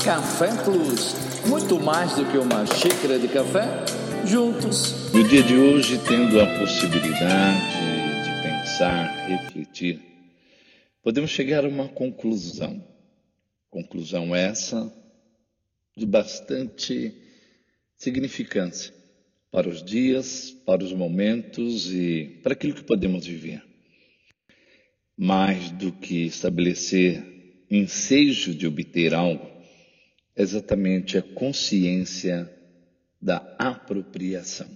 Café Plus, muito mais do que uma xícara de café, juntos. No dia de hoje, tendo a possibilidade de pensar, refletir, podemos chegar a uma conclusão. Conclusão essa de bastante significância para os dias, para os momentos e para aquilo que podemos viver. Mais do que estabelecer ensejo de obter algo, é exatamente a consciência da apropriação.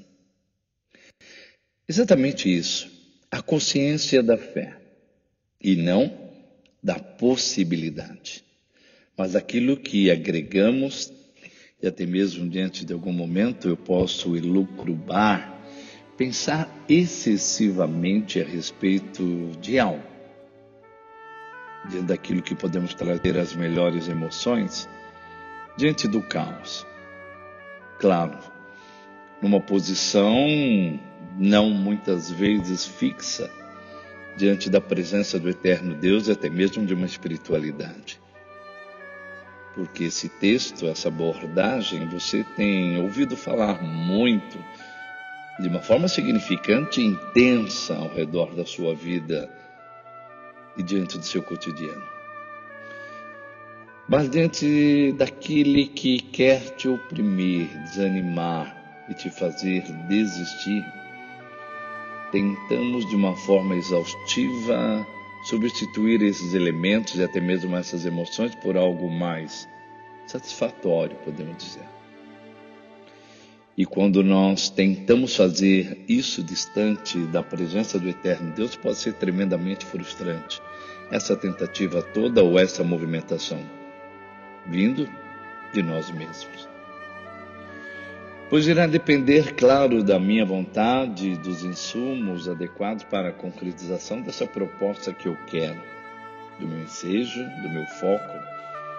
Exatamente isso, a consciência da fé, e não da possibilidade, mas daquilo que agregamos, e até mesmo diante de algum momento eu posso elucubrar, pensar excessivamente a respeito de algo, diante daquilo que podemos trazer as melhores emoções, diante do caos. Claro, numa posição não muitas vezes fixa, diante da presença do eterno Deus e até mesmo de uma espiritualidade. Porque esse texto, essa abordagem, você tem ouvido falar muito, de uma forma significante e intensa ao redor da sua vida e diante do seu cotidiano. Mas diante daquele que quer te oprimir, desanimar e te fazer desistir, tentamos de uma forma exaustiva substituir esses elementos e até mesmo essas emoções por algo mais satisfatório, podemos dizer. E quando nós tentamos fazer isso distante da presença do eterno Deus, pode ser tremendamente frustrante. Essa tentativa toda ou essa movimentação vindo de nós mesmos. Pois irá depender, claro, da minha vontade, dos insumos adequados para a concretização dessa proposta que eu quero, do meu ensejo, do meu foco,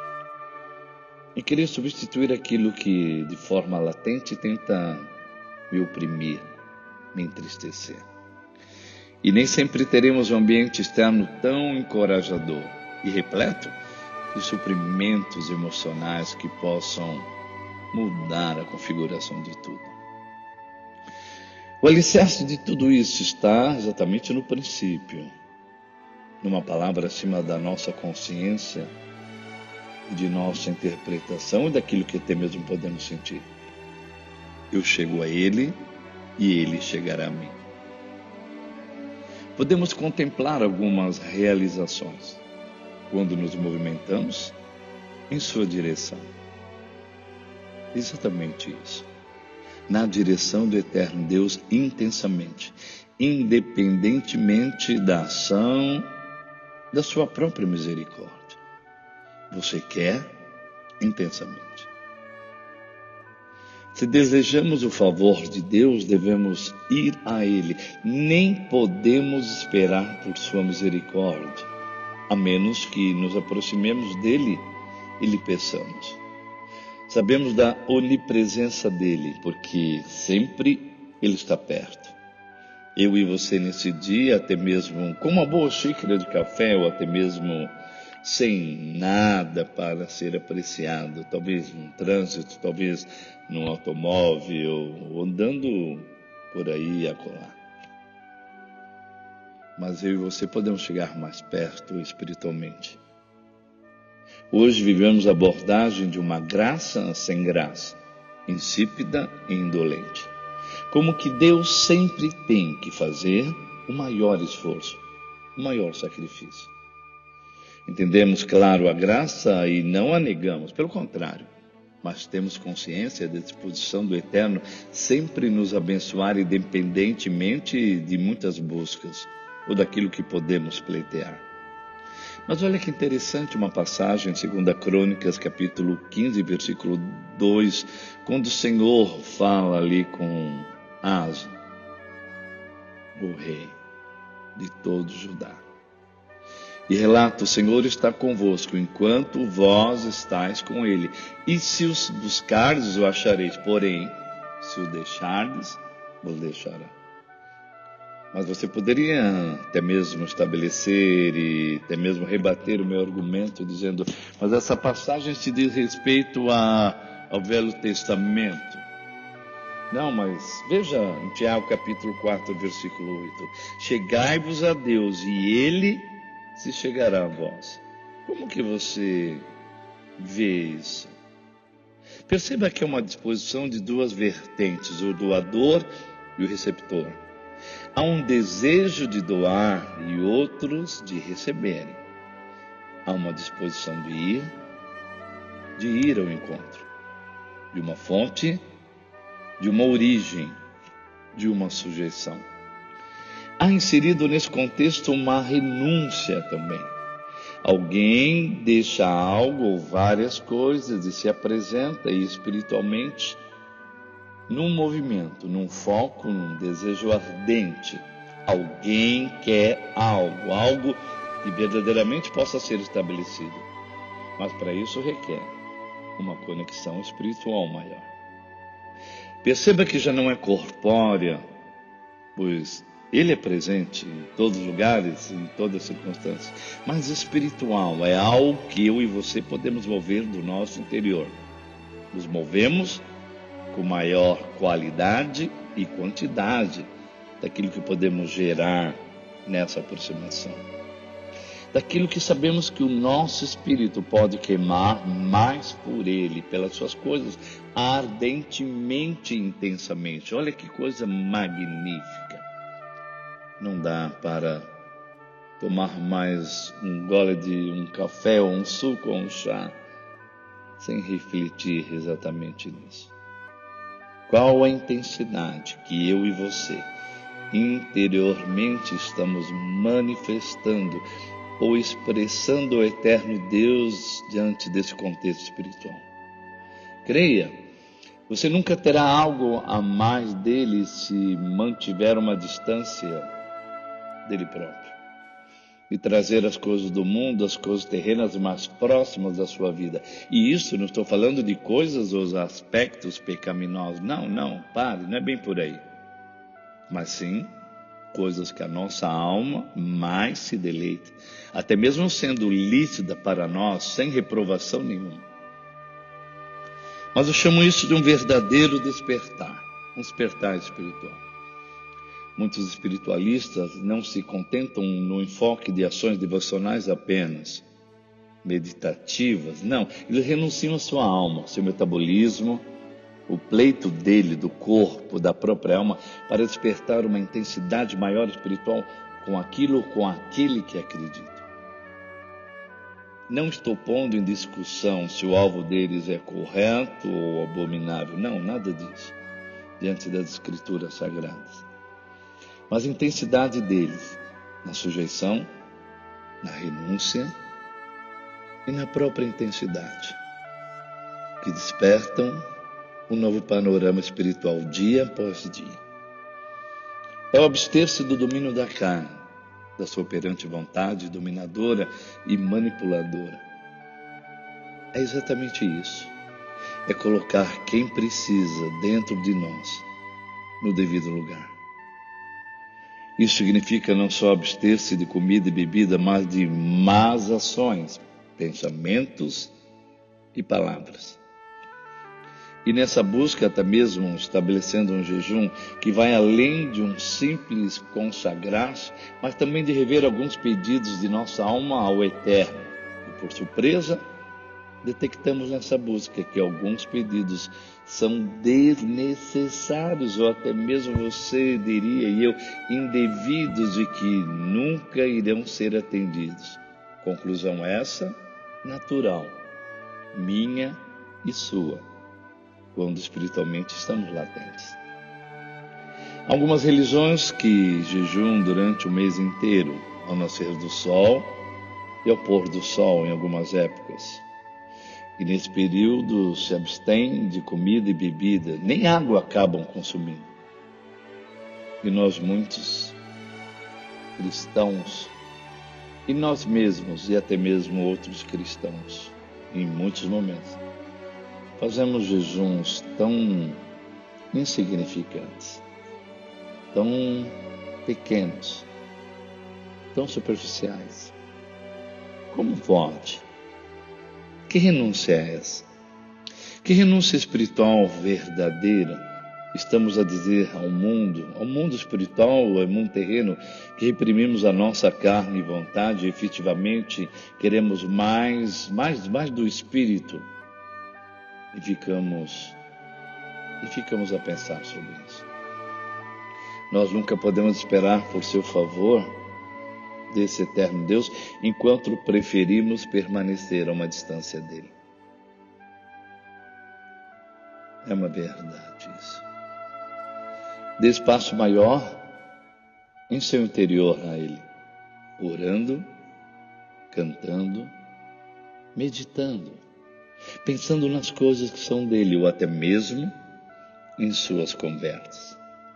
e querer substituir aquilo que, de forma latente, tenta me oprimir, me entristecer. E nem sempre teremos um ambiente externo tão encorajador e repleto de suprimentos emocionais que possam mudar a configuração de tudo. O alicerce de tudo isso está exatamente no princípio, numa palavra acima da nossa consciência, de nossa interpretação e daquilo que até mesmo podemos sentir. Eu chego a Ele e Ele chegará a mim. Podemos contemplar algumas realizações quando nos movimentamos em sua direção. Exatamente isso. Na direção do eterno Deus intensamente, independentemente da ação da sua própria misericórdia. Você quer intensamente. Se desejamos o favor de Deus, devemos ir a Ele. Nem podemos esperar por sua misericórdia, a menos que nos aproximemos dele e lhe peçamos. Sabemos da onipresença dele, porque sempre ele está perto. Eu e você nesse dia, até mesmo com uma boa xícara de café, ou até mesmo sem nada para ser apreciado, talvez num trânsito, talvez num automóvel, ou andando por aí e acolá. Mas eu e você podemos chegar mais perto espiritualmente. Hoje vivemos a abordagem de uma graça sem graça, insípida e indolente. Como que Deus sempre tem que fazer o maior esforço, o maior sacrifício. Entendemos, claro, a graça e não a negamos, pelo contrário, mas temos consciência da disposição do Eterno sempre nos abençoar independentemente de muitas buscas ou daquilo que podemos pleitear. Mas olha que interessante uma passagem em 2 Crônicas, capítulo 15, versículo 2, quando o Senhor fala ali com Asa, o rei de todo Judá. E relata: o Senhor está convosco enquanto vós estáis com ele. E se os buscardes, o achareis. Porém, se o deixardes, vos deixará. Mas você poderia até mesmo estabelecer e até mesmo rebater o meu argumento dizendo, mas essa passagem se diz respeito ao Velho Testamento. Não, mas veja em Tiago capítulo 4, versículo 8. Chegai-vos a Deus e Ele se chegará a vós. Como que você vê isso? Perceba que é uma disposição de duas vertentes, o doador e o receptor. Há um desejo de doar e outros de receberem. Há uma disposição de ir ao encontro de uma fonte, de uma origem, de uma sujeição. Há inserido nesse contexto uma renúncia também. Alguém deixa algo ou várias coisas e se apresenta espiritualmente num movimento, num foco, num desejo ardente. Alguém quer algo que verdadeiramente possa ser estabelecido. Mas para isso requer uma conexão espiritual maior. Perceba que já não é corpórea, pois Ele é presente em todos os lugares, em todas as circunstâncias, mas espiritual, é algo que eu e você podemos mover do nosso interior. Nos movemos com maior qualidade e quantidade daquilo que podemos gerar nessa aproximação. Daquilo que sabemos que o nosso espírito pode queimar mais por Ele, pelas suas coisas, ardentemente e intensamente. Olha que coisa magnífica. Não dá para tomar mais um gole de um café, ou um suco, ou um chá, sem refletir exatamente nisso. Qual a intensidade que eu e você interiormente estamos manifestando ou expressando o eterno Deus diante desse contexto espiritual? Creia, você nunca terá algo a mais dele se mantiver uma distância dele próprio e trazer as coisas do mundo, as coisas terrenas mais próximas da sua vida. E isso, não estou falando de coisas ou aspectos pecaminosos. Não, pare, não é bem por aí. Mas sim, coisas que a nossa alma mais se deleita, até mesmo sendo lícita para nós, sem reprovação nenhuma. Mas eu chamo isso de um verdadeiro despertar, um despertar espiritual. Muitos espiritualistas não se contentam no enfoque de ações devocionais apenas, meditativas. Não, eles renunciam à sua alma, ao seu metabolismo, o pleito dele, do corpo, da própria alma, para despertar uma intensidade maior espiritual com aquilo ou com aquele que acredita. Não estou pondo em discussão se o alvo deles é correto ou abominável. Não, nada disso, diante das escrituras sagradas. Mas a intensidade deles na sujeição, na renúncia e na própria intensidade, que despertam um novo panorama espiritual dia após dia. É o abster-se do domínio da carne, da sua operante vontade dominadora e manipuladora. É exatamente isso. É colocar quem precisa dentro de nós, no devido lugar. Isso significa não só abster-se de comida e bebida, mas de más ações, pensamentos e palavras. E nessa busca, até mesmo estabelecendo um jejum que vai além de um simples consagrar-se, mas também de rever alguns pedidos de nossa alma ao Eterno. E por surpresa, detectamos nessa busca que alguns pedidos são desnecessários, ou até mesmo você diria e eu, indevidos e que nunca irão ser atendidos. Conclusão essa, natural, minha e sua, quando espiritualmente estamos latentes. Algumas religiões que jejuam durante o mês inteiro, ao nascer do sol e ao pôr do sol em algumas épocas. E nesse período se abstêm de comida e bebida, nem água acabam consumindo. E nós muitos cristãos, e nós mesmos, e até mesmo outros cristãos, em muitos momentos, fazemos jejuns tão insignificantes, tão pequenos, tão superficiais. Como pode? Que renúncia é essa? Que renúncia espiritual verdadeira estamos a dizer ao mundo espiritual, ao mundo terreno, que reprimimos a nossa carne e vontade, e efetivamente queremos mais do Espírito, e ficamos a pensar sobre isso. Nós nunca podemos esperar por seu favor desse eterno Deus, enquanto preferimos permanecer a uma distância dele. É uma verdade isso. Dê espaço maior em seu interior a ele, orando, cantando, meditando, pensando nas coisas que são dele, ou até mesmo em suas conversas.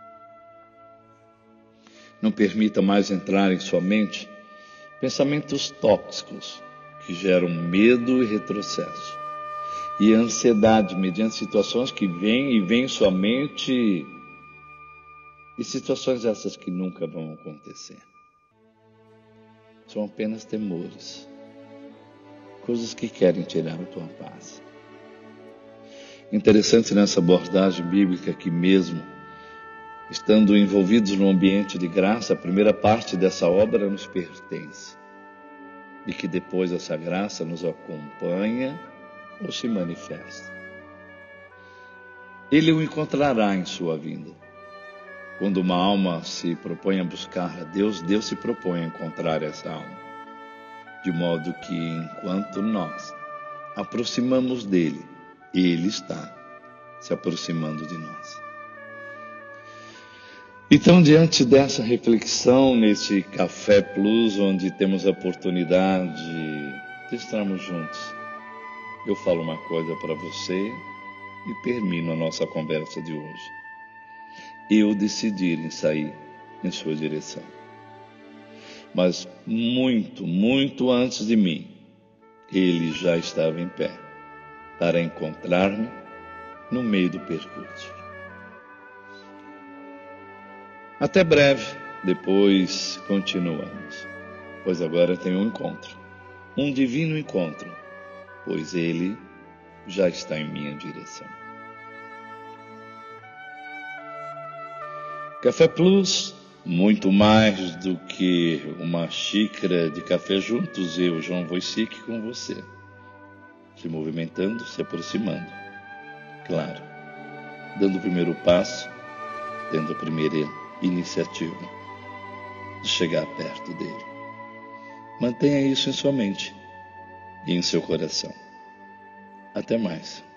Não permita mais entrar em sua mente pensamentos tóxicos que geram medo e retrocesso, e ansiedade mediante situações que vêm em sua mente, e situações essas que nunca vão acontecer. São apenas temores, coisas que querem tirar a tua paz. Interessante nessa abordagem bíblica que mesmo estando envolvidos no ambiente de graça, a primeira parte dessa obra nos pertence, e que depois essa graça nos acompanha ou se manifesta. Ele o encontrará em sua vinda. Quando uma alma se propõe a buscar a Deus, Deus se propõe a encontrar essa alma. De modo que, enquanto nós aproximamos dele, ele está se aproximando de nós. Então, diante dessa reflexão, nesse Café Plus, onde temos a oportunidade de estarmos juntos, eu falo uma coisa para você e termino a nossa conversa de hoje. Eu decidi em sair em sua direção. Mas muito antes de mim, ele já estava em pé para encontrar-me no meio do percurso. Até breve, depois continuamos, pois agora tem um encontro, um divino encontro, pois ele já está em minha direção. Café Plus, muito mais do que uma xícara de café juntos, eu, João Wojcik, com você, se movimentando, se aproximando, claro, dando o primeiro passo, tendo a primeira iniciativa de chegar perto dele. Mantenha isso em sua mente e em seu coração. Até mais.